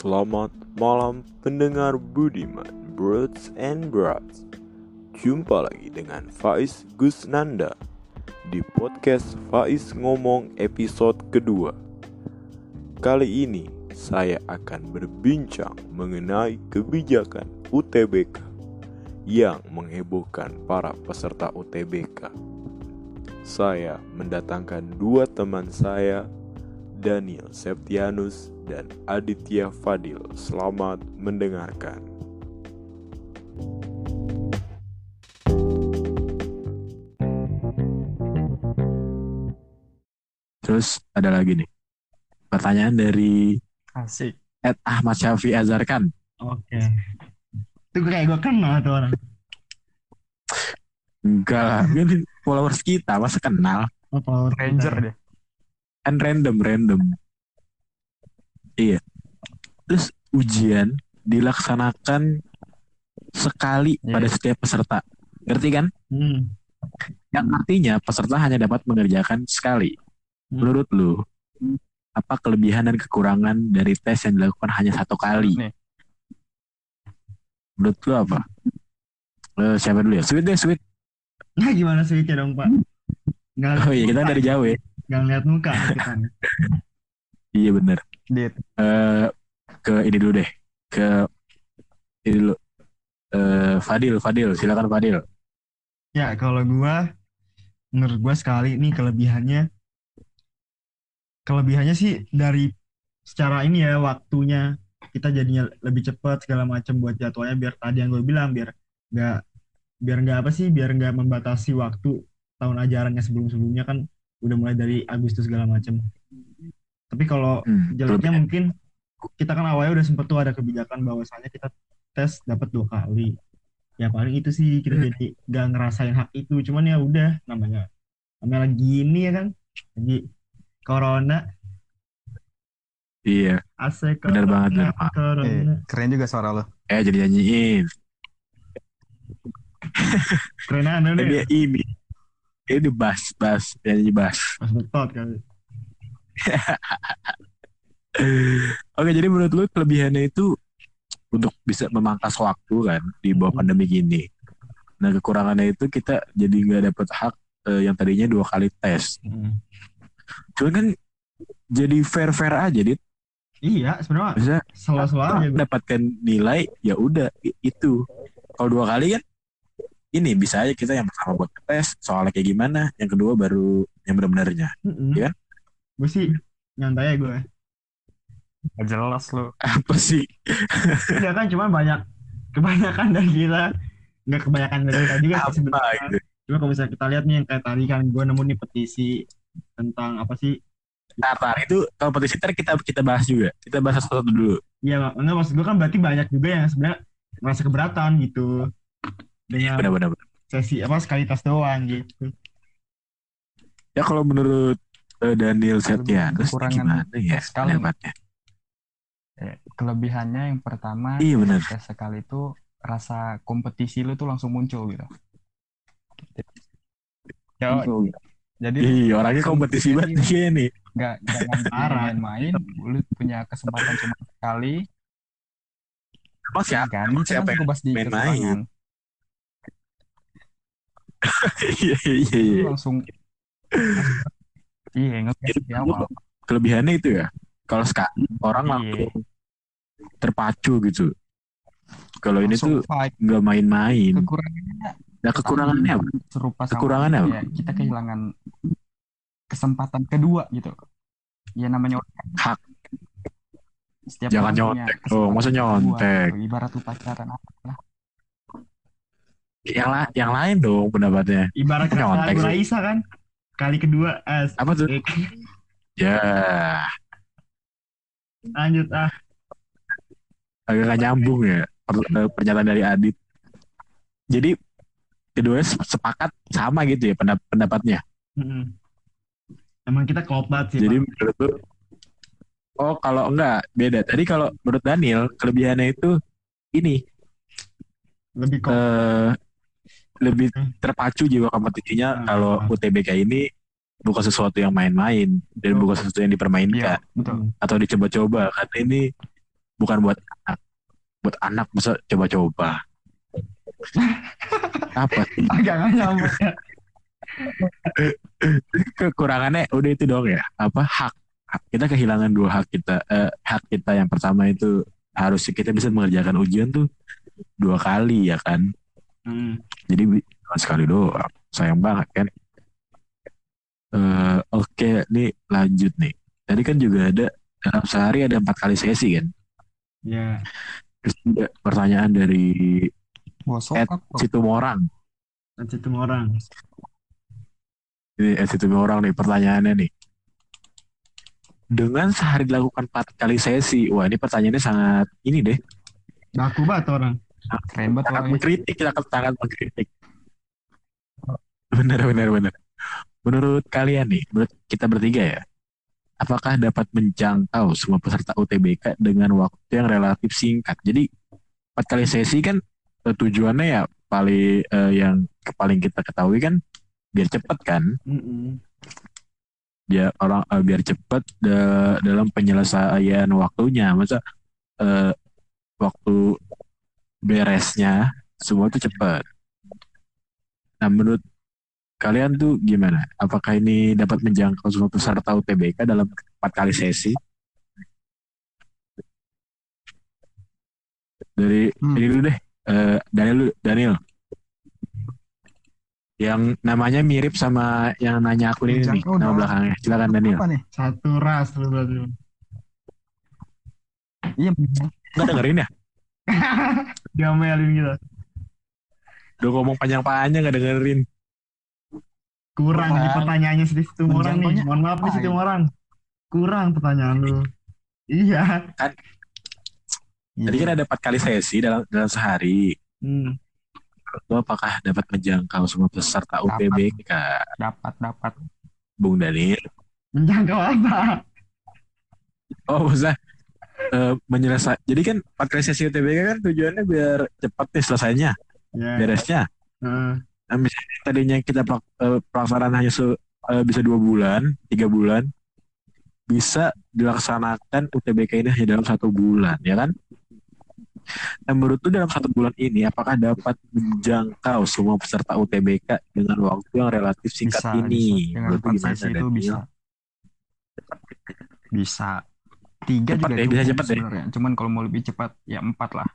Selamat malam pendengar budiman, Broads and Broads. Jumpa lagi dengan Faiz Gusnanda di podcast Faiz Ngomong episode kedua. Kali ini saya akan berbincang mengenai kebijakan UTBK yang menghebohkan para peserta UTBK. Saya mendatangkan dua teman saya, Daniel Septianus dan Aditya Fadil. Selamat mendengarkan. Terus ada lagi nih pertanyaan dari Asik. Ahmad Syafi Azarkan. Oke. Itu kayak gue kenal tuh orang. Enggak lah, ini followers kita masa kenal. Apa Ranger deh. Kan random. Iya. Terus ujian dilaksanakan sekali pada setiap peserta. Ngerti kan? Yang artinya peserta hanya dapat mengerjakan sekali. Menurut lu, apa kelebihan dan kekurangan dari tes yang dilakukan hanya satu kali? Nih. Menurut lu apa? Siapa dulu ya? Sweet. Nah gimana sweetnya dong Pak? Oh iya, kita dari jauh ya. Gak ngeliat muka kita. Iya bener. Dit. Ke ini dulu deh. Ini dulu. Fadil, silakan Fadil. Ya kalau menurut gue sekali nih kelebihannya sih dari secara ini ya, waktunya kita jadinya lebih cepat segala macam buat jadwalnya, biar tadi yang gue bilang biar nggak membatasi waktu tahun ajarannya sebelumnya kan udah mulai dari Agustus segala macam. Tapi kalau jeleknya mungkin kita kan awalnya udah sempet tuh ada kebijakan bahwasanya kita tes dapat 2 kali. Ya paling itu sih kita jadi nggak ngerasain hak itu. Cuman ya udah namanya lagi ini ya kan, lagi corona. Iya. Asik. Bener banget. Corona. Keren juga suara lo. Jadi nyanyiin. Keren nih. Dia ini bass, nyanyi bass. Pas betot kali. Oke, jadi menurut lu kelebihannya itu untuk bisa memangkas waktu kan di bawah pandemi gini. Nah, kekurangannya itu kita jadi nggak dapet hak yang tadinya 2 kali tes. Cuman kan jadi fair aja, Dit. Iya, sebenarnya bisa selalu aja mendapatkan nilai ya udah itu. Kalau 2 kali kan ini bisa aja kita yang pertama buat tes soalnya kayak gimana, yang kedua baru yang benar-benarnya. Ya kan? Gue sih nyantai ya gue. Gak jelas lo. Apa sih? Ya kan cuma kebanyakan dari kita. Nggak kebanyakan dari kita juga sih sebenarnya. Gitu. Cuma kalau misalnya kita lihat nih yang kayak tadi kan gue nemu nih petisi tentang apa sih? Nah, itu kalau petisi kita bahas juga. Kita bahas satu dulu. Iya, enggak, maksud gue kan berarti banyak juga yang sebenarnya merasa keberatan gitu. Dengan benar. sesi sekali tes doang gitu. Ya kalau menurut Daniel Septianus gimana ya pendapatnya? Kelebihannya yang pertama, iya benar. Tes sekali itu rasa kompetisi lu tuh langsung muncul gitu. Jadi orangnya kompetisi banget nih. Gak main-main, lu punya kesempatan cuma sekali. Emang siapa yang main-main? Iya. Langsung ngetes di awal. Kelebihannya itu ya, kalau sekarang orang langsung terpacu gitu. Kalau ini tuh nggak main-main. Kekurangannya apa? Serupa kekurangannya apa? Ya, kita kehilangan kesempatan kedua gitu. Ya namanya hak. Setiap jangan nyontek. Masa nyontek? Ibarat lu pacaran apa? Yang lain dong pendapatnya. Ibarat lagu Raisa kan, kali kedua apa tuh? Ya. Lanjut agak gak nyambung ya pernyataan dari Adit. Jadi keduanya sepakat sama gitu ya pendapatnya. Emang kita klop banget sih. Jadi menurut lu, kalau enggak beda. Tadi kalau menurut Daniel kelebihannya itu ini lebih terpacu jiwa kompetisinya. Kalau UTBK ini bukan sesuatu yang main-main dan bukan sesuatu yang dipermainkan betul. Atau dicoba-coba. Karena ini bukan buat anak. Buat anak masa coba-coba. Apa sih? Agak nggak nyambung ya. Kekurangannya udah itu dong ya. Apa hak kita kehilangan dua hak kita. Hak kita yang pertama itu harus kita bisa mengerjakan ujian tuh 2 kali ya kan. Jadi cuma sekali doang. Sayang banget kan. Oke, nih lanjut nih. Tadi kan juga ada dalam sehari ada 4 kali sesi kan. Ya. Terus ada pertanyaan dari Bosok Ed apa? Situmorang. Itu orang. Ini Ed Situmorang nih pertanyaannya nih. Dengan sehari dilakukan 4 kali sesi, wah ini pertanyaannya sangat ini deh. Baku banget orang. Keren banget Sangat orangnya. mengkritik, sangat mengkritik. Benar. Menurut kalian nih, menurut kita bertiga ya, apakah dapat menjangkau semua peserta UTBK dengan waktu yang relatif singkat? Jadi 4 kali sesi kan tujuannya ya yang paling kita ketahui kan biar cepat kan, biar cepat dalam penyelesaian waktunya. Masa waktu beresnya semua itu cepat. Nah menurut kalian tuh gimana? Apakah ini dapat menjangkau semua peserta UTBK dalam 4 kali sesi? Dari ini dulu deh, Daniel. Yang namanya mirip sama yang nanya aku ini nih, Menjangkau nama dalam- belakangnya. Silakan Daniel. Apa nih? Satu ras lu berarti. Iya, Nggak dengerin ya? Diomelin gitu. Udah ngomong panjang-panjang nggak dengerin. Kurang nih pertanyaannya si orang nih. Menjangkaunya Mohon maaf nih apa si ya? orang. Kurang pertanyaan lu. Iya. Tadi kan ada 4 kali sesi dalam sehari. Lu apakah dapat menjangkau semua peserta Dapat. UTBK? Dapat. Bung Daniel. Menjangkau apa? Oh, maksudnya jadi kan 4 kali sesi UTBK kan tujuannya biar cepat nih selesainya, Ya. beresnya. Heeh. Nah, misalnya tadinya kita pelaksanaan hanya bisa 2 bulan, 3 bulan, bisa dilaksanakan UTBK ini hanya dalam 1 bulan, ya kan? Nah, menurut lu dalam 1 bulan ini, apakah dapat menjangkau semua peserta UTBK dengan waktu yang relatif singkat Bisa. ini? Dengan Menurut lu 4 gimana, sesi itu Daniel? bisa. 3 Cepat juga ya, bisa cukup cepat ya. sebenarnya. Cuman kalau mau lebih cepat ya 4 lah.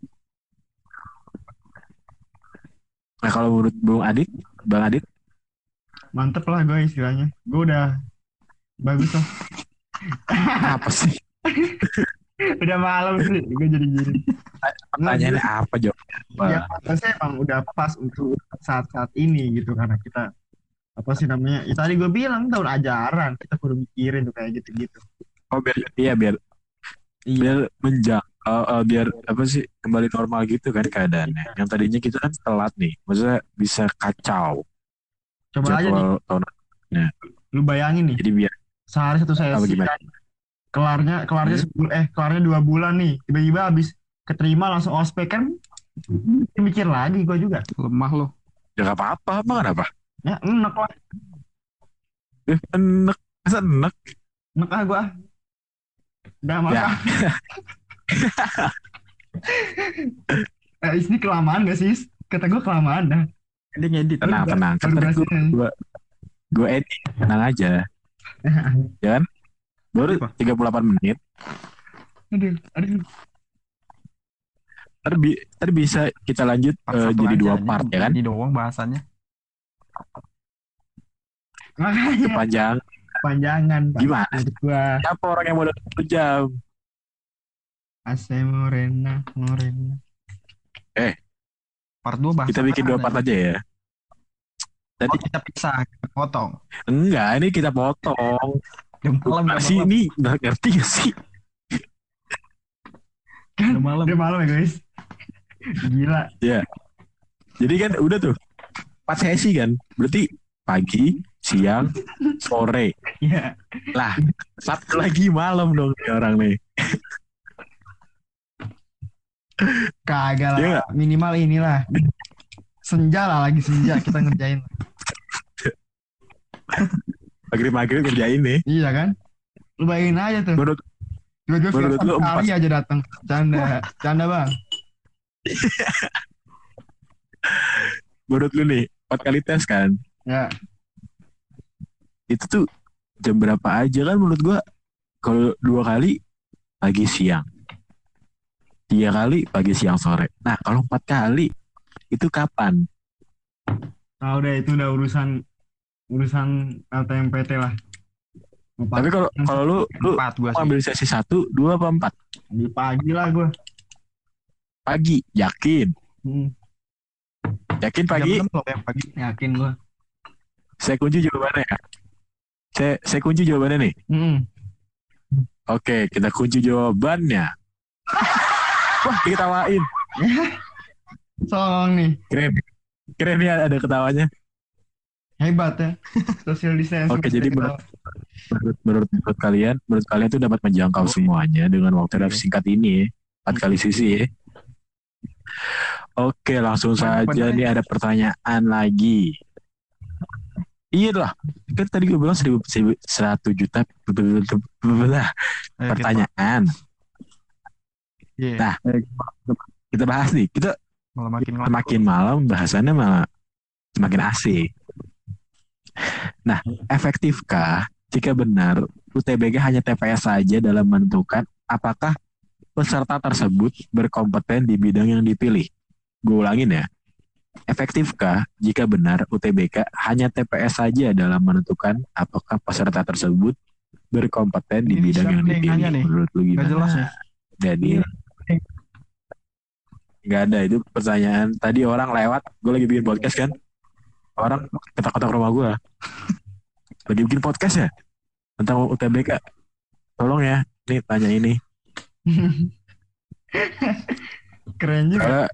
Nah, kalau menurut Bang Adit, Mantep lah gue istilahnya. Gue udah bagus lah. apa sih? Udah malam sih. Gue jadi gini. Pertanyaannya apa jawabnya? Ya, saya emang udah pas untuk saat-saat ini gitu karena kita apa sih namanya? Ya, tadi gue bilang tahun ajaran kita kudu mikirin tuh kayak gitu-gitu. Oh, biar menjangkau, biar apa sih kembali normal gitu kan keadaannya. Yang tadinya kita kan telat nih, maksudnya bisa kacau. Coba aja nih, jadwal tahun. lu bayangin nih, Jadi biar sehari satu apa sesi gimana? kan, kelarnya 2 bulan nih, tiba-tiba habis keterima langsung ospek kan, mikir lagi gue juga. Lemah loh. Ya nggak apa-apa, emang kenapa? Ya enak lah, Enak, masa enak? enak ah gue. Udah makan. Ya. Ini kelamaan gak sih? Kata gue kelamaan dah. Dia ngedit. Tenang. Kan Baru tadi berhasil. gue edit, tenang aja. Ya kan? Baru 38 menit. Aduh. Tadi bisa kita lanjut Part 1 jadi aja, 2 part ya kan? Ini doang bahasannya. Makanya panjangan. Gimana? Menurut gua Siapa orang yang mau 1 jam? AC Morena. Part 2 bahasan. Kita bikin 2 part aja ya. Tadi Kita pisah, kita potong. enggak, ini kita potong. Udah Sih malam. ini nggak ngerti gak sih? Udah malam. Udah malam ya guys. Gila. Jadi kan udah tuh 4 sesi kan. Berarti pagi, siang, sore. Iya. Lah, 1 lagi malam dong nih orang nih. Kagak lah. Iya nggak? Minimal inilah. Senja lah, lagi senja kita ngerjain. Maghrib kerjain nih. Iya kan? Lu bayangin aja tuh. Menurut Tiba-tiba Menurut Firsa lu sekali 4? aja datang. Canda bang. Menurut lu nih 4 kali tes kan? Ya, Itu tuh jam berapa aja kan menurut gua? Kalau 2 kali pagi siang, 3 kali pagi siang sore. Nah kalau 4 kali itu kapan? nah udah itu udah urusan LTMPT lah. Tapi kalau kalau lu 4 gua sih. ambil sesi 1, 2 apa 4? Di pagi lah gue. Pagi, yakin? Yakin Jam pagi? 6 loh yang pagi. Yakin gue. Saya kunci jawabannya ya. Saya kunci jawabannya nih. Oke, kita kunci jawabannya. Wah, diketawain. Song nih. Keren ya ada ketawanya. Hebat ya. Social distancing. Oke, jadi menurut kalian tuh dapat menjangkau semuanya dengan waktu yang singkat ini, 4 kali sisi ya. Oke, langsung saja nih ada pertanyaan lagi. Iya lah, kan tadi gue bilang 1 juta pertanyaan. Nah, kita bahas nih. Kita makin malam bahasannya malah semakin asik. Nah, efektifkah jika benar UTBK hanya TPS saja dalam menentukan apakah peserta tersebut berkompeten di bidang yang dipilih? Gue ulangin ya. Efektifkah jika benar UTBK hanya TPS saja dalam menentukan apakah peserta tersebut berkompeten di bidang yang dipilih? Menurut lu gimana? Gak jelas ya. Daniel? Gak ada, itu pertanyaan. Tadi orang lewat, gue lagi bikin podcast kan. Orang ketak-ketak rumah gue. Lagi bikin podcast ya tentang UTBK. Tolong ya, nih tanya ini. Keren juga.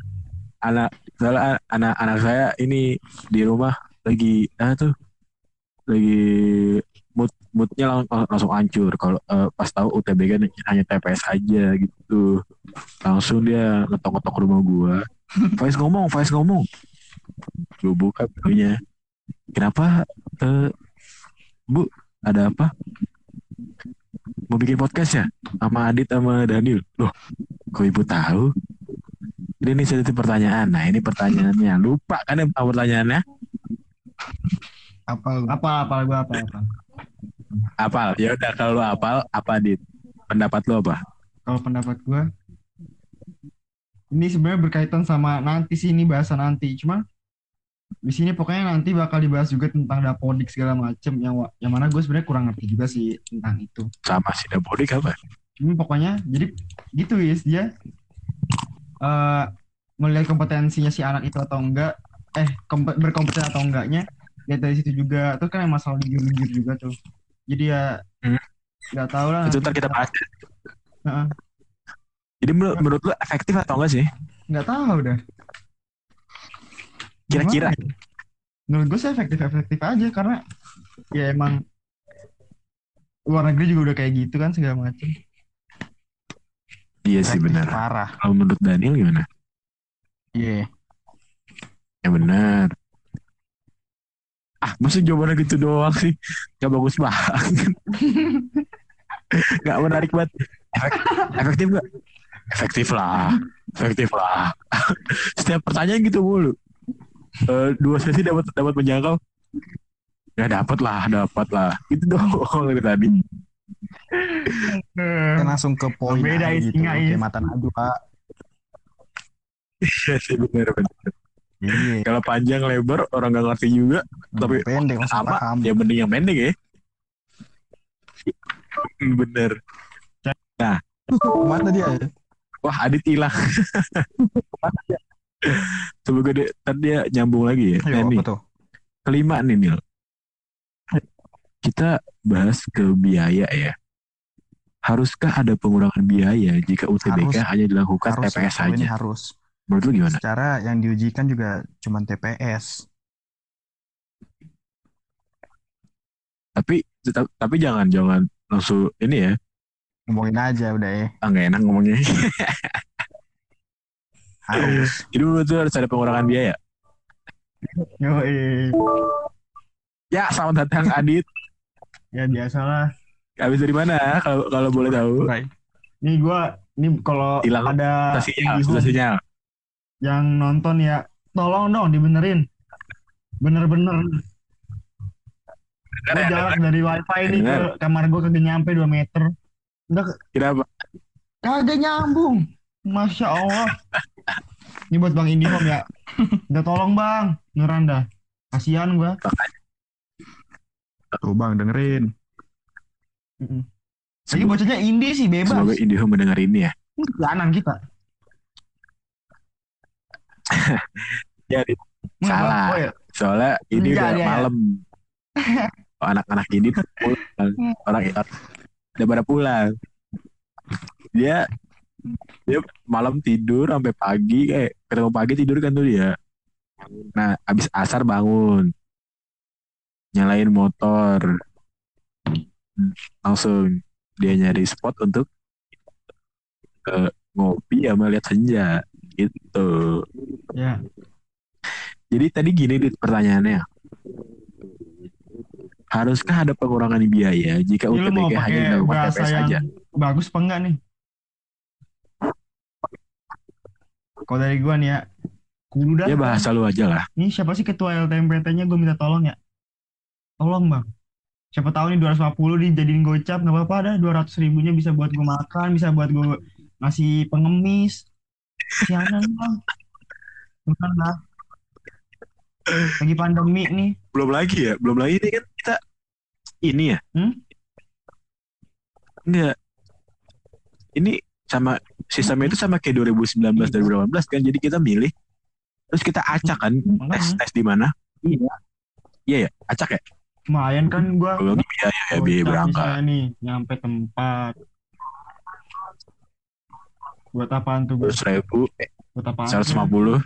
Anak saya ini di rumah lagi moodnya langsung hancur kalau pas tahu UTBK hanya TPS aja gitu. Langsung dia ngetok-ngetok rumah gua. Faiz ngomong. Gue buka pintunya. Kenapa Bu, ada apa? Mau bikin podcast ya sama Adit sama Daniel? Loh, kok ibu tahu? Ini satu pertanyaan. Nah, ini pertanyaannya. Lupa kan apa pertanyaannya? Apa? Apal. Ya udah, kalau lu apal, apa Dit? Pendapat lu apa? Kalau pendapat gue, ini sebenarnya berkaitan sama nanti sih, ini bahasa nanti. Cuma di sini pokoknya nanti bakal dibahas juga tentang dapodik segala macem yang mana gue sebenarnya kurang ngerti juga sih tentang itu. Sama si dapodik apa? Pokoknya jadi gitu guys, dia melihat kompetensinya si anak itu atau enggak, berkompeten atau enggaknya, lihat dari situ juga. Terus kan yang masalah jujur juga tuh. Jadi ya nggak tahu lah. Itu ntar kita bahas. Jadi menurut lu efektif atau enggak sih? Nggak tahu dah. Kira-kira? Menurut gue sih efektif aja karena ya emang luar negeri juga udah kayak gitu kan segala macam. Iya sih benar. Parah. Kalau menurut Daniel gimana? Iya. Ya benar. Masa jawabannya gitu doang sih? Gak bagus banget. Gak menarik banget. Efektif gak? Efektif lah. Setiap pertanyaan gitu mulu. 2 sesi dapat menjangkau. Ya dapat lah. Itu doang dari tadi. Kita langsung ke poin beda gitu. Kayak mata najwa. Iya sih benar. Iya. Kalau panjang lebar orang gak ngerti juga. Tapi pendek langsung apa? paham. Ya mending yang pendek ya. Bener. Nah, mana dia? wah Adit hilang. Coba tadi dia nyambung lagi ya. Ayo, Nah, nih, apa tuh? kelima nih Nil. Kita bahas ke biaya ya. Haruskah ada pengurangan biaya jika UTBK hanya dilakukan TPS saja? Harus. Menurut lu gimana? Secara yang diujikan juga cuma TPS. Tapi jangan langsung ini ya. Ngomongin aja udah ya. Nggak enak ngomongnya. Harus. Jadi menurut lu harus ada pengurangan biaya. Yoi. Ya, selamat datang Adit. Ya biasalah. Habis dari mana? Kalau boleh tahu. Nih kalau Hilang ada susah sinyal. yang nonton ya, tolong dong dibenerin. Bener-bener. Gue jarak dari wifi nih ke kamar gue kagak nyampe 2 meter. Udah Kenapa? kagak nyambung. Masya Allah. Ini buat Bang Indihome ya. Udah tolong Bang, beneran dah. Kasihan gue. Tuh Bang dengerin. Lagi bocahnya indie sih bebas. Semoga Indihome mendengar ini ya. Lanang kita. Ya, salah. Oh, ya. Soalnya ini Enggak, udah dia. malam. Anak-anak ini tuh pulang. Orang udah pada pulang. Dia malam tidur sampai pagi, ketemu pagi tidur kan tuh dia. Nah, abis asar bangun, nyalain motor, langsung dia nyari spot untuk ngopi sama lihat senja gitu. Ya. Jadi tadi gini pertanyaannya, haruskah ada pengurangan biaya jika Ini lu mau UTBK hanya pakai dilakukan bahasa TPS yang saja? bagus apa enggak nih? Kalau dari gua nih ya, kudu dah. Ya bahasa lu aja lah. Ini siapa sih ketua LTMPT-nya? Gue minta tolong ya. Tolong Bang. Siapa tahu nih 250 dijadiin gocap, nggak apa-apa dah. 200 ribunya bisa buat gue makan, bisa buat gue ngasih pengemis. Kesianan Bang. Bukan lah. Lagi pandemi nih. Belum lagi ini kan kita ini ya. Enggak. Ini sama sistemnya itu sama kayak 2019 dan 2018 kan. Jadi kita milih terus kita acak kan tes di mana? Iya ya, acak ya. Lumayan kan gue. Belum biaya berangkat. Nih nyampe tempat. Buat apaan tuh? 100.000, buat apaan? 150.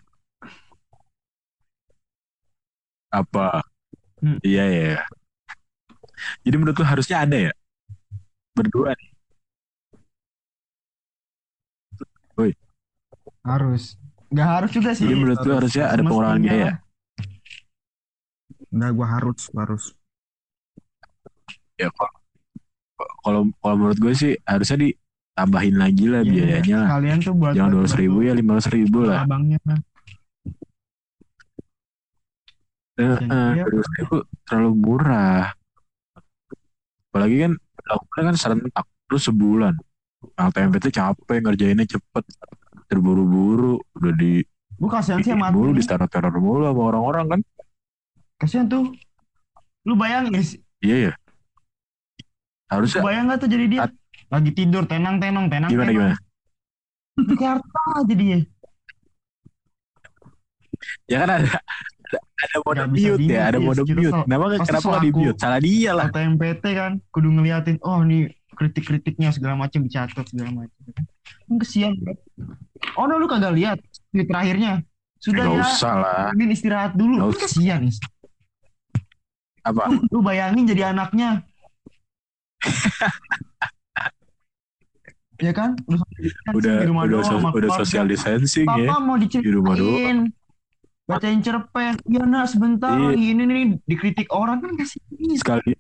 Apa? Iya ya. Jadi menurut lu harusnya ada ya? Berdua nih. Woi. Harus. Nggak harus juga sih. Jadi menurut lu harusnya ada pengurangan biaya? Enggak, gue harus. Ya kalau menurut gue sih harusnya ditambahin lagi lah biayanya lah. Kalian tuh buat jangan 200.000 ya 500.000 lah. Abangnya kan. 200.000 terlalu murah. Apalagi kan lakukan kan serentak terus sebulan. LTMPT capek ngerjainnya cepet, terburu-buru, udah gue kasihan sih sama mulu di teror mulu sama orang-orang kan. Kasihan tuh. Lu bayangin iya ya. Harusnya bayang gak tuh jadi dia lagi tidur tenang. Gimana? Jakarta jadi ya. Ya kan ada mode mute ya, ada mode mute. Kenapa nggak di mute? Salah dia lah. LTMPT kan, kudu ngeliatin. Oh nih kritik-kritiknya segala macam dicatat segala macam. Kesian. Oh no, lu kagak lihat tweet terakhirnya? Sudah gak ya. Usah lah. Min istirahat dulu. Kesian. Apa? Lu bayangin jadi anaknya. Ya kan? Udah social distancing Papa ya. Papa mau diceritain. Bacain cerpen. Ya nak sebentar lagi ini nih dikritik orang kan kasih sekali.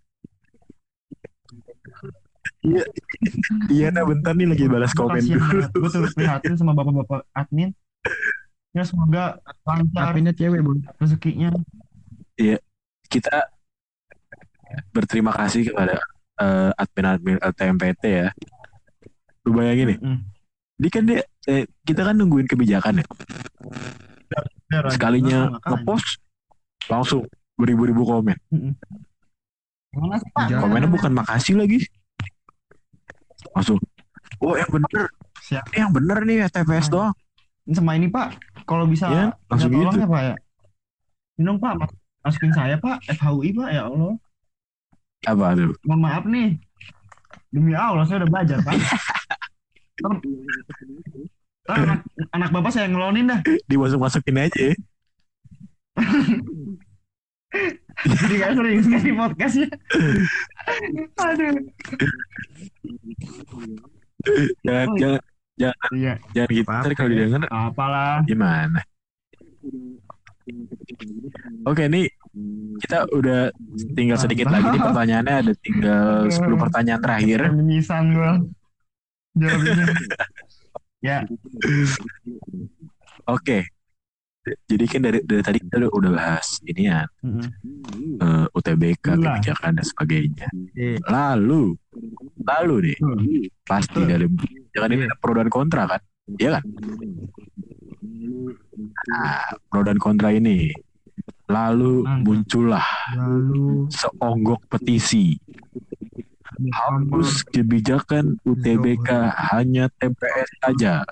Iya nah bentar nih lagi balas komen dulu. Gue turut prihatin sama bapak-bapak admin. Ya semoga lancar. Adminnya cewek Bang. Rezekinya. Iya. Kita berterima kasih kepada admin LTMPT ya. Lu bayangin nih. Dia kan kita kan nungguin kebijakan ya. Sekalinya ngepost langsung beribu-ribu komen. Komennya bukan makasih lagi. Langsung. Oh yang bener. Yang bener nih ya TPS doang. Sama ini Pak. Kalau bisa ya, langsung gitu. Ya Pak ya. Minum Pak. Masukin saya Pak. FHUI Pak ya Allah. Apa tuh? Mohon maaf nih. Demi Allah saya udah belajar Pak. anak bapak saya ngelonin dah. Dimasukin aja ya. Jadi gak sering sekali podcastnya. Aduh. Jangan gitu. Ntar kalau didengar apalah. Gimana? Oke nih Kita udah tinggal sedikit lagi nih pertanyaannya, ada tinggal 10 pertanyaan terakhir. Penyisan gue jawabnya. Ya. Oke. Jadi kan dari tadi kita udah bahas ini ya, UTBK, kebijakan dan sebagainya. Lalu nih, pasti dari jangan ini ada pro dan kontra kan, iya kan? Nah, pro dan kontra ini, lalu muncullah seonggok petisi. Hapus kebijakan UTBK, hanya TPS saja.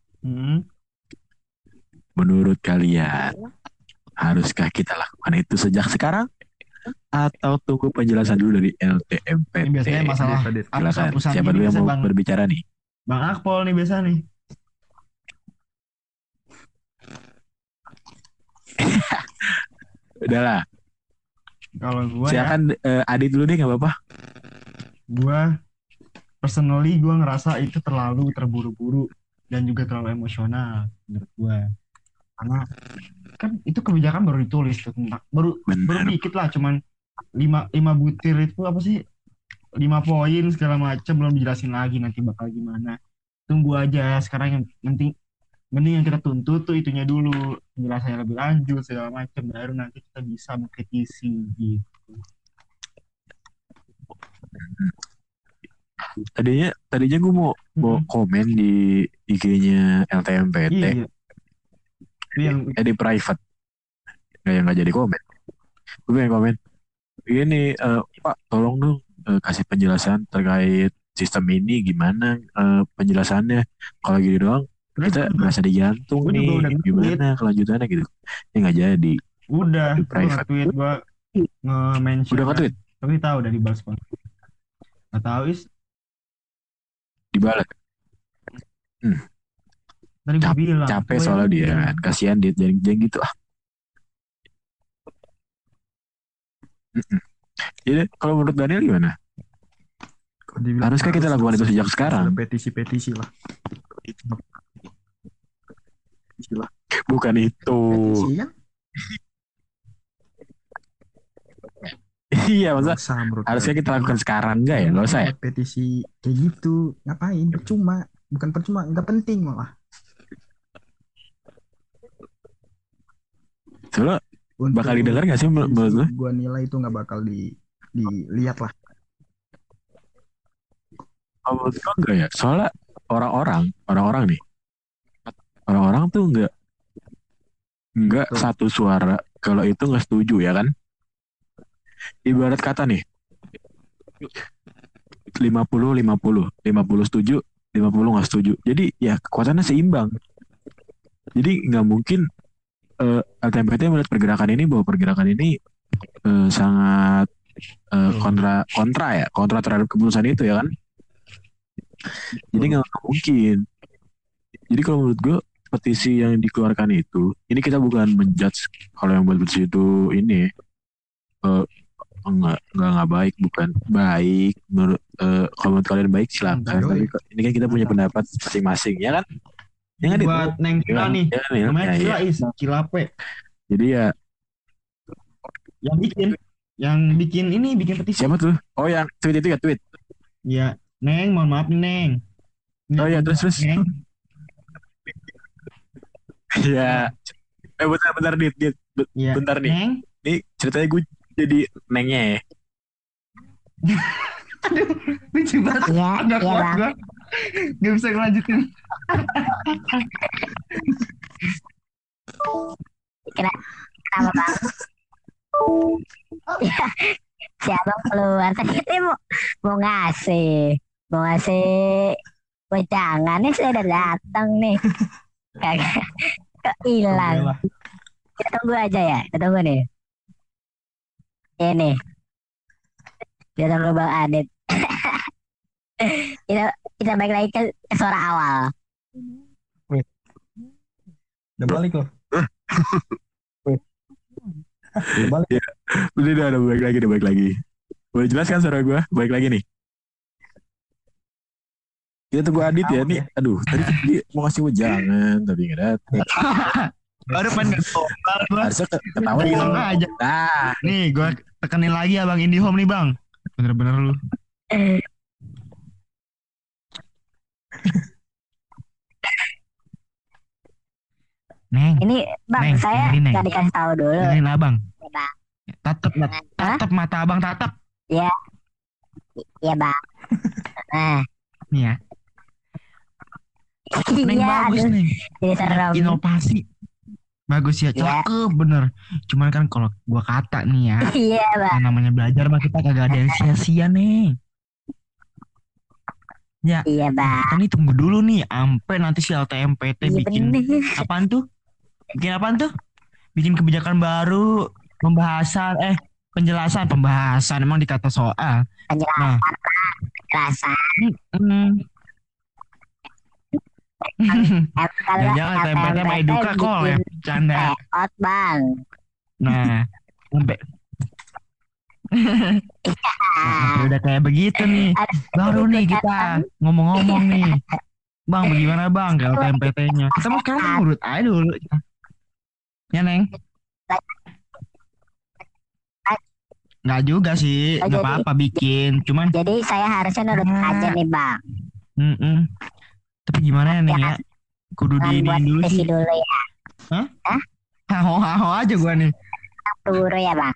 Menurut kalian, haruskah kita lakukan itu sejak sekarang? Atau tunggu penjelasan dulu dari LTMPT? Ini biasanya masalah silakan. Siapa dulu yang mau berbicara nih? Bang Akpol nih biasa nih. Udahlah. Kalau gue silakan Adit dulu deh, nggak apa-apa. Gue personally gue ngerasa itu terlalu terburu-buru dan juga terlalu emosional menurut gue. Karena kan itu kebijakan baru ditulis tuh, baru dikit lah, cuman 5 butir itu apa sih, 5 poin segala macam, belum dijelasin lagi nanti bakal gimana. Tunggu aja sekarang, yang mending yang kita tuntut tuh itunya dulu, penjelasannya lebih lanjut segala macam, baru nanti kita bisa mengkritisi gitu. Tadinya gue mau komen di IG-nya LTMPT. Iya. Di private, nggak jadi komen. Gue pengen komen ini, Pak tolong dong kasih penjelasan terkait sistem ini gimana, penjelasannya. Kalau gini doang kita merasa digantung nih, gimana kelanjutannya gitu. Ya nggak jadi. Udah private tweet gue nge-mention. Udah nge-tweet tapi tahu udah dibalas banget. Nggak tahu dibalas. Capek soalnya dia kan, kasihan dia jangan gitu ah. Jadi kalau menurut Daniel gimana? Haruskah kita lakukan itu sejak sekarang? Petisi lah. Bukan itu. Petisi kan? Iya, maksudnya harusnya kita lakukan sekarang enggak ya? Nggak usah ya? Petisi kayak gitu ngapain? Bukan percuma, nggak penting malah. Soalnya bakal didengar gak sih menurut lu? Gue nilai itu gak bakal dilihat lah. Menurut gue enggak ya. Soalnya orang-orang tuh enggak satu suara kalau itu gak setuju ya kan. Ibarat kata nih 50 setuju, 50 gak setuju. Jadi ya kekuatannya seimbang. Jadi gak mungkin LTMPT melihat pergerakan ini bahwa pergerakan ini sangat kontra terhadap keputusan itu ya kan. Jadi nggak mungkin. Jadi kalau menurut gue petisi yang dikeluarkan itu, ini kita bukan menjudge kalau yang buat petisi itu ini nggak baik, bukan baik. Menurut kalau menurut kalian baik silakan. Tapi ini kan kita punya pendapat masing-masing ya kan. Buat Neng Kila nih, namanya Kila Kilape. Jadi ya yang bikin petisi. siapa tuh? Oh yang tweet itu ya, tweet. Ya Neng, mohon maaf nih Neng. Oh ya terus. Ya, bentar dit. Ya, bentar nih. Neng. Ini ceritanya gue jadi nengnya ya. Aduh, lucu banget. Iya, Gak kuat gue. Gak bisa ngelanjutin. Kenapa bang? Siapa keluar tadi mau ngasih wejangan nih, saya udah datang nih. Kagak hilang. Kita tunggu aja ya, kita tunggu nih. Ini kita tunggu Bang Adit. kita balik lagi ke suara awal. Udah balik loh. Ya, udah balik lagi. Boleh jelas kan suara gue? Balik lagi nih. Kita tunggu Adit ya nih. Aduh, tadi dia mau ngasih wejangan tapi nggak datang. Baru pengen gombal gue. Harusnya ketawa Bilang gitu. aja. Nah, Nih gue tekenin lagi ya Bang IndiHome nih Bang. Bener-bener lu. Neng, Ini bang, Neng, saya dengerin, Neng. nggak dikasih tahu dulu. dengerin abang. Ya, bang. Tatap mata abang tatap. Iya bang. Nah, Nih ya. Neng iya, bagus aduh, Neng. jadi serem. Inovasi. Bagus ya, Iya. cakep bener. Cuman kan kalau gua kata nih ya, Iya bang. yang namanya belajar mah kita kagak ada yang sia-sia nih. Ya, Iya bang. kita nih tunggu dulu nih, sampai nanti si LTMPT Iya bikin bener. apaan tuh? Bikin apaan tuh? Bikin kebijakan baru, pembahasan emang dikata soal. Penjelasan Nah. Pak. Penjelasan. Kalau Jangan LTMPT sama Eduka kok ya, canda. out bang. Nah, sampai Nah, udah kayak begitu nih. Baru nih kita ngomong-ngomong nih. Bang, bagaimana bang kalau LTMPT-nya? Kita mau sekarang ngurut aja dulu. Ya, Neng? Nggak juga sih. Nggak apa-apa bikin. Cuman, Jadi saya harusnya nurut aja nih bang. tapi gimana ya, Neng ya? Kudu Jangan buat diinin dulu sesi sih. dulu ya. Haho aja gua nih. Buru ya bang.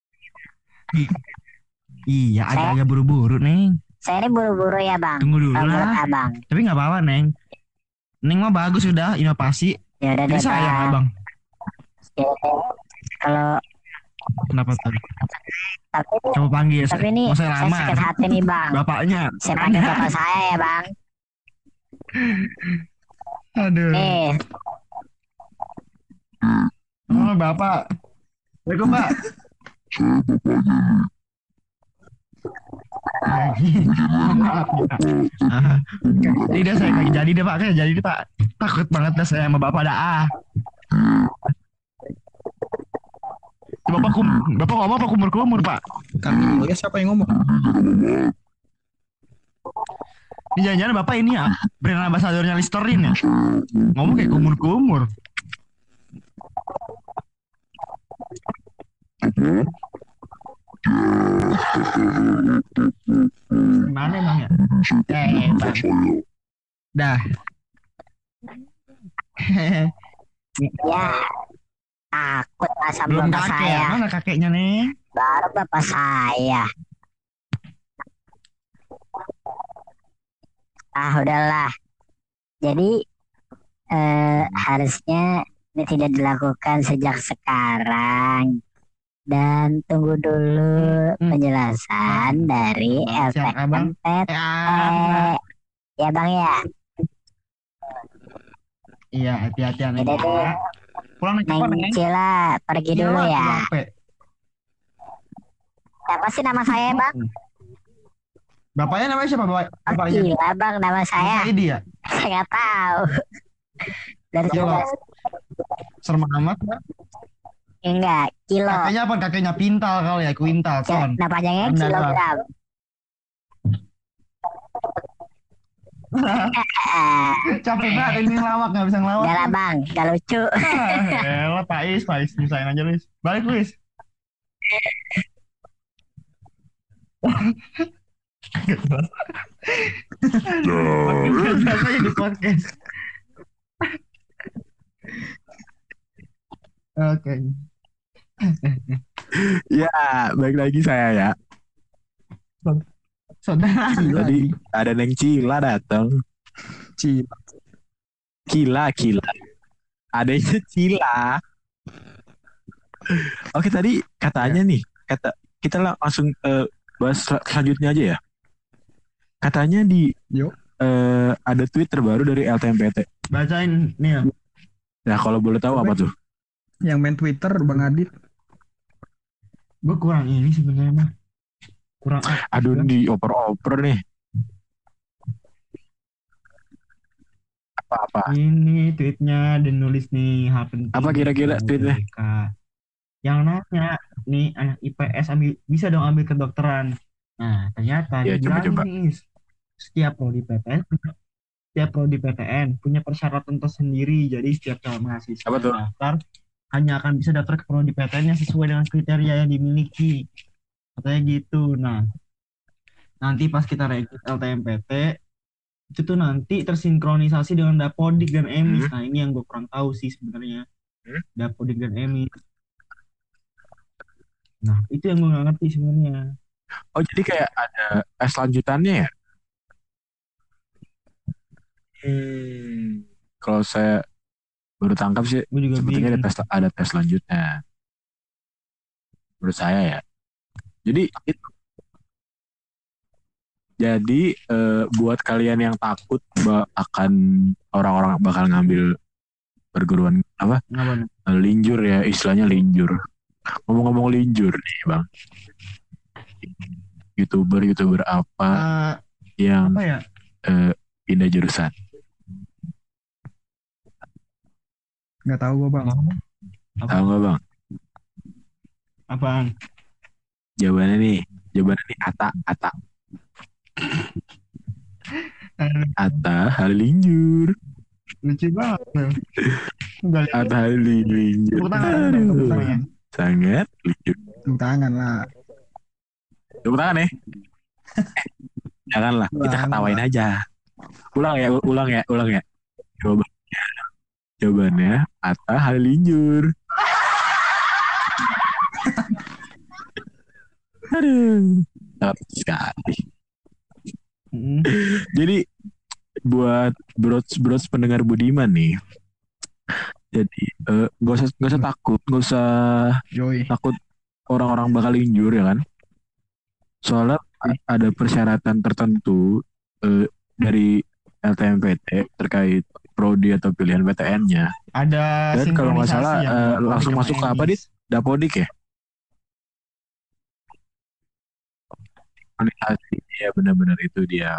Iya, agak-agak buru-buru, Neng. Saya ini buru-buru ya bang. Tunggu dulu Kalau menurut lah. abang. Tapi nggak apa-apa, Neng. Neng mah bagus sudah, inovasi. Ya udah Jadi deh sayang, bang. abang. Ya, kalau Kenapa tuh? tapi Coba panggil. ini Mau saya saya lamar. sakit hati nih bang. Bapaknya. Saya panggil bapak saya ya bang. Aduh. Nih, Oh, Bapak. Assalamualaikum, Pak. Maaf, Pak. Tidak, saya nggak jadi deh, Pak. Kayak jadi deh, Pak. Takut banget dah saya sama Bapak dah. Bapak ngomong apa kumur-kumur, Pak? Kami ya siapa yang ngomong? Ini jangan-jangan Bapak ini ya, brand ambasadornya Listerine ya? Ngomong kayak kumur-kumur. Gimana emang ya? Bang. Dah. ya takut lah sama Belum bapak kakek saya. ya? Mana kakeknya nih? Baru bapak saya. Udahlah. Jadi harusnya ini tidak dilakukan sejak sekarang. Dan tunggu dulu penjelasan dari Siap, Abang. LTMPT. Ya bang ya. Iya, hati-hati aneh. Udah deh. Pulang naik apa, Neng Neng? Cila pergi dulu Iya, ya. capek. Siapa sih nama saya bang? Bapaknya namanya siapa, Bapak? Oh, Bapaknya? gila bang nama saya. Bapak dia. Saya nggak tahu. Dari Kilo. sana Serem amat. enggak kilo. Kakeknya apa? Kakeknya pintal kali ya, kuintal, ton. Nah panjangnya Anda kilogram. Capek banget ini ngelawak, nggak bisa ngelawak. Udah lah bang, gak lucu. Elah, Pak Is, nyusahin aja, Luis. Balik, Luis. Podcast aja di podcast. Oke. ya balik lagi saya ya. Saudara. Tadi ada Neng Cila datang. Kila. Adanya Cila. Oke, tadi katanya nih, kita langsung bahas selanjutnya aja ya. Katanya ada tweet terbaru dari LTMPT. Bacain nih ya. Nah, kalau boleh tahu apa tuh? Yang main Twitter Bang Adit. Gue kurang ini sebenarnya mah. Kurang Aduh, dioper-oper nih. Apa? Ini tweetnya dia nulis nih hal penting. Apa kira-kira tweetnya? Yang nanya nih anak IPS bisa dong ambil kedokteran. Nah ternyata Ya, dia bilang coba. nih setiap prodi PTN setiap prodi PTN punya persyaratan tersendiri. Jadi setiap calon mahasiswa Apa tuh? yang daftar hanya akan bisa daftar ke prodi PTN yang sesuai dengan kriteria yang dimiliki. Katanya gitu. Nah, nanti pas kita rekrut LTMPT itu tuh nanti tersinkronisasi dengan Dapodik dan Emis. Nah, ini yang gue kurang tahu sih sebenarnya. Dapodik dan Emis. Nah, itu yang gue nggak ngerti sebenarnya. Oh, jadi kayak ada tes lanjutannya ya? Kalau saya baru tangkap sih, Gue juga sebetulnya bingung. ada tes lanjutnya. Menurut saya ya. Jadi buat kalian yang takut akan orang-orang bakal ngambil perguruan apa? Ngapa nih? Linjur ya, istilahnya linjur. Ngomong-ngomong linjur nih, Bang. YouTuber apa yang Apa ya? pindah jurusan? Nggak tahu gue bang. Tahu nggak, Bang? Apaan? Jawabannya nih Ata. Atta Halilinjur. Lucu banget. Atta Halilinjur. Tepuk tangan. Tepuk tangan. Sangat lucu. Tepuk tangan lah. Tepuk tangan ya. Janganlah, kita ketawain aja. Ulang ya. Jawabannya Atta Halilinjur. Aduh, sangat sekali. Jadi buat bros pendengar Budiman nih, jadi gak usah takut, gak usah takut orang-orang bakal linjur ya kan. Soalnya ada persyaratan tertentu dari LTMPT terkait prodi atau pilihan PTN-nya. Ada dan kalau nggak salah langsung masuk ke apa dit? Dapodik ya? Organisasi, ya benar-benar itu dia.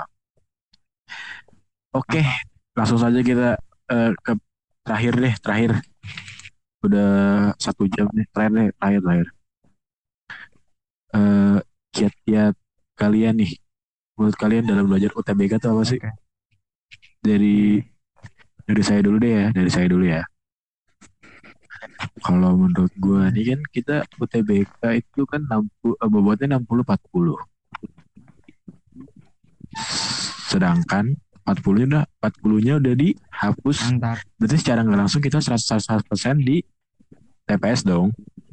Oke, langsung saja kita ke terakhir. Udah 1 jam nih, terakhir. Kiat-kiat kalian nih, menurut kalian dalam belajar UTBK itu apa sih? Dari saya dulu ya. Kalau menurut gue nih kan kita UTBK itu kan bobotnya 60-40. Sedangkan 40-nya udah dihapus. Mantap. Berarti secara nggak langsung kita 100% di TPS dong.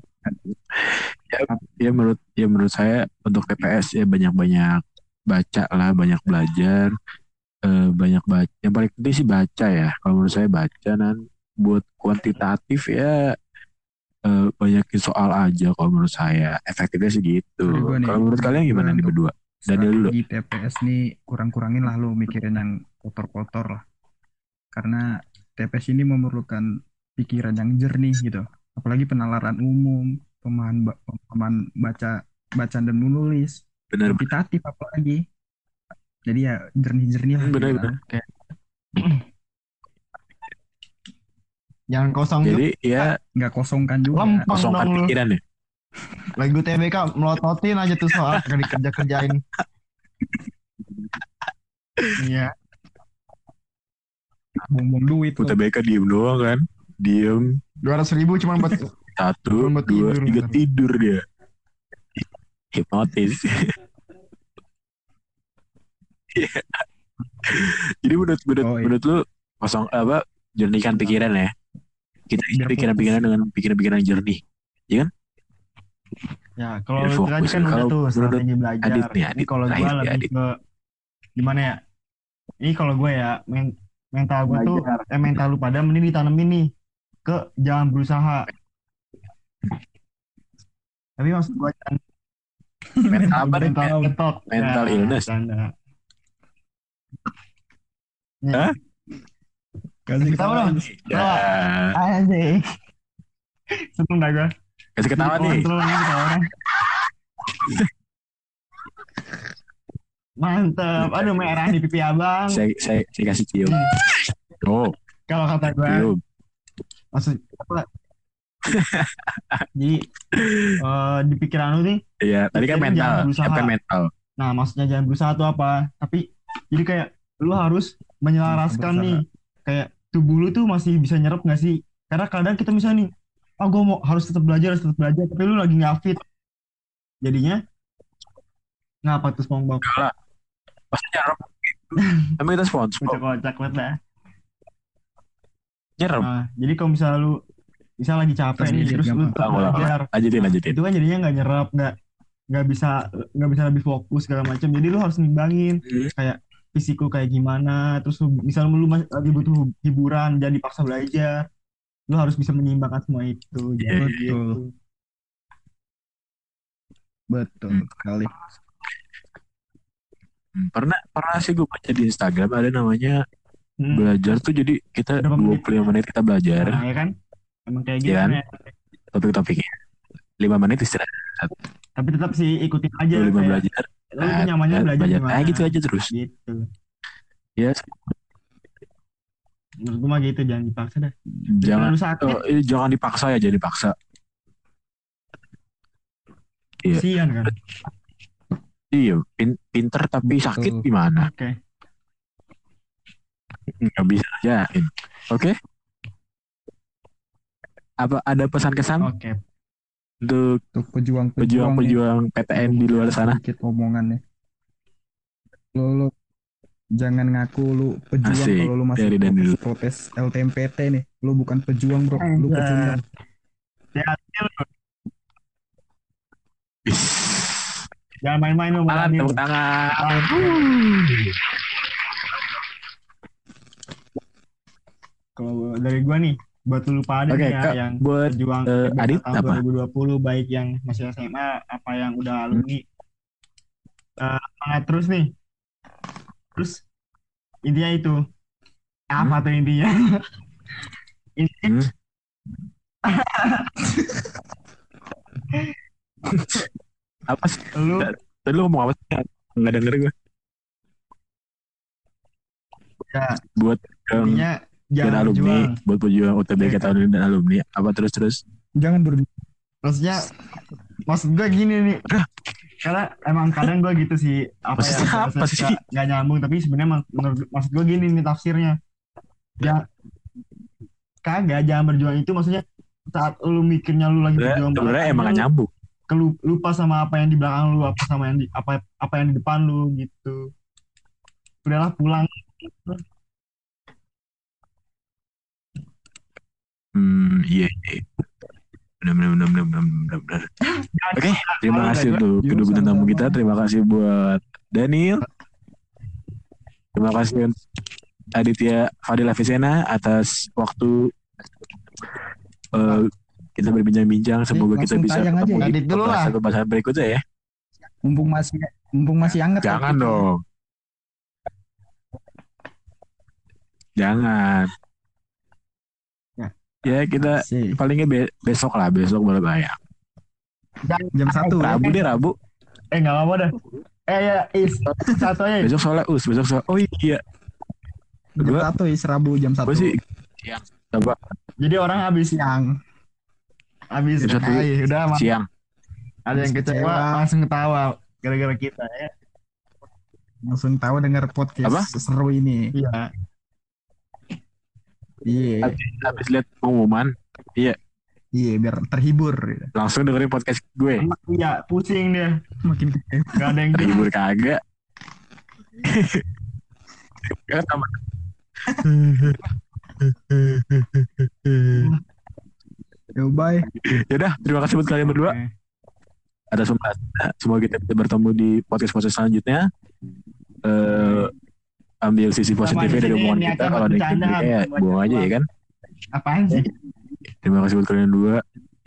Ya menurut saya untuk TPS ya banyak-banyak baca lah, banyak belajar, banyak baca. Yang paling penting sih baca ya. Kalau menurut saya baca, dan buat kuantitatif ya banyakin soal aja. Kalau menurut saya efektifnya sih gitu. Kalau menurut kalian gimana nih berdua? Daniel dulu. Di TPS nih kurangin lah lo mikirin yang kotor-kotor lah. Karena TPS ini memerlukan pikiran yang jernih gitu. Apalagi penalaran umum, pemahaman bacaan dan menulis. Benar. Kuantitatif apalagi. Jadi ya jernih-jernih lah. Benar. Kayak Jangan kosong. Jadi ya nggak kosongkan juga. Kosongkan pikiran ya. Lagi TBK melototin aja tuh soal gak dikerjain. Iya. Buang-buang duit. UTBK diem doang kan. Diem. 200.000 cuma buat 1, 2, 3 tidur dia. Hipnotis. Jadi menurut lu kosong apa jernihkan pikiran ya. Kita isi pikiran-pikiran dengan pikiran-pikiran jernih. Iya kan? Ya, kalau tadi kan udah tuh strategi belajar. Ini kalau gue lebih ke gimana ya? Ini kalau gue ya mental gue tuh mental lu pada mending ditanemin nih ke jangan berusaha. Tapi maksud gue jangan mental apa nih? Mental illness. Hah? Kasih ketawa dong. Anjing. Seneng dah gue. Kasih ketawa nih. Mantep. Aduh merah di pipi abang. Saya kasih cium. Oh. Kalau kata gue. Maksud apa? Jadi di pikiran lu nih. Iya. Tadi kan mental. Mental. Nah maksudnya jangan berusaha tuh apa? Tapi jadi kayak lu harus menyelaraskan nih, kayak tubuh lu tuh masih bisa nyerap nggak sih? Karena kadang kita misalnya nih, gue mau harus tetap belajar, tapi lu lagi nggak fit, jadinya ngapa tuh SpongeBob? Enggak lah. Pasti nyerap. Emang kita sponsor. Kocak-kocak banget lah. Nyerap. Nah, jadi kalau misalnya lu lagi capek nih, terus lu tetap belajar, Lanjutin. itu kan jadinya nggak nyerap, nggak bisa lebih fokus segala macam. Jadi lu harus nimbangin kayak fisik lu kayak gimana, terus misalnya lu lagi butuh hiburan, jangan dipaksa belajar. Lu harus bisa menyeimbangkan semua itu. Betul. Betul sekali. Pernah sih gue baca di Instagram ada namanya belajar tuh, jadi kita 25 menit kita belajar. Nah, ya kan? Emang kayak gitu ya kan? Ya. Topik-topiknya 5 menit istirahat. Tapi tetap sih ikutin aja 25 kayak, belajar. lu tuh nyamannya belajar gimana? Gitu aja terus. Gitu. Yes. Menurut gue mah gitu, jangan dipaksa dah. Jangan dipaksa ya, jangan dipaksa. Iya. Kasian kan? Iya, pinter tapi sakit gimana? Oke. Nggak bisa ajain. Oke. Apa ada pesan kesan Oke. untuk pejuang PTN di luar sana? Sedikit omongannya. Lu jangan ngaku lu pejuang. Asik. Kalau lu masih protes LTMPT nih, lu bukan pejuang bro, lu pecundang. Jangan main-main lu. Tepuk tangan. Kalau dari gua nih, buat lu pada nih ya, yang buat pejuang Adit tahun apa? 2020, baik yang masih SMA apa yang udah alumni, semangat terus nih. Terus intinya itu apa tuh intinya? Apa sih? Lu ngomong apa sih? Nggak denger gue. Ya, buat intinya jangan alumni, berjuang. buat pejuang UTBK tahun ini dan alumni. Apa terus? Jangan berjuang. Maksudnya, maksud gue gini nih. Karena emang kadang gue gitu sih, apa sih nggak nyambung, tapi sebenarnya maksud gue gini nih tafsirnya. Ya kagak, jangan berjuang itu maksudnya saat lu mikirnya lu lagi berjuang banget, sebenarnya emang gak nyambung. Lupa sama apa yang di belakang lu, apa yang di depan lu gitu. Udahlah, pulang. Iya. Benar. Oke, terima kasih untuk kedua bintang tamu kita. Terima kasih buat Daniel. Terima kasih untuk Aditya Fadila Vicena atas waktu kita berbincang-bincang. Semoga kita bisa ketemu di pembahasan berikutnya ya. Mumpung masih hangat. Jangan dong. Jangan. Ya kita palingnya besok baru bayar. Jam 1 Rabu deh, Rabu. Gak apa-apa dah. Ya satu aja. Besok soalnya oh iya. Jam 1 Rabu jam 1. Gue sih siang. Coba. Jadi orang habis siang. Habis udah siang. Ada yang kecewa langsung ketawa gara-gara kita ya. Langsung tahu dengar podcast seru ini. Iya. Iya. Habis lihat pengumuman. Iya, biar terhibur. Langsung dengerin podcast gue. Iya, pusing dia. Makin gak ada yang terhibur kagak. Gak sama. Bye. Yaudah, terima kasih buat kalian berdua. Atas pembahasan. Semoga kita bisa bertemu di podcast selanjutnya. Ambil sisi positifnya dari omongan kita. Kalau ada yang ya buang aja ya kan. Apaan sih? Terima kasih buat kalian dua.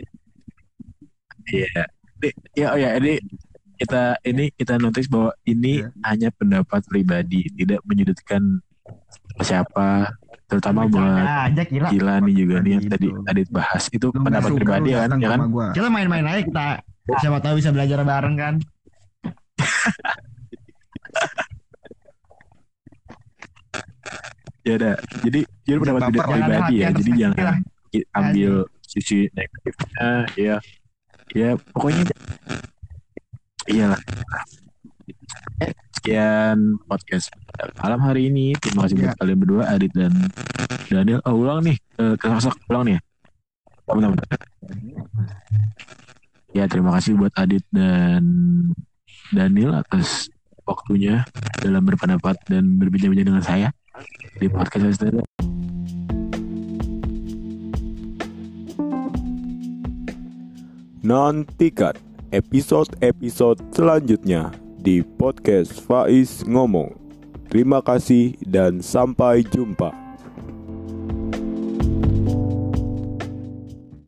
Iya. Ini kita notice bahwa ini hanya pendapat pribadi, tidak menyudutkan siapa, terutama buat Gila nih juga nih yang tadi Adit bahas itu pendapat pribadi ya kan? Kita main-main aja, kita siapa tahu bisa belajar bareng kan. Ya udah, jadi pendapat pribadi ya, jadi jangan ambil sisi negatifnya ya pokoknya iyalah. sekian podcast malam hari ini. Terima kasih buat kalian berdua, Adit dan Daniel. Ulang nih, ulang nih ya, teman-teman. Ya, terima kasih buat Adit dan Daniel atas waktunya dalam berpendapat dan berbincang-bincang dengan saya di podcast saya. Nantikan episode-episode selanjutnya di podcast Faiz Ngomong. Terima kasih dan sampai jumpa.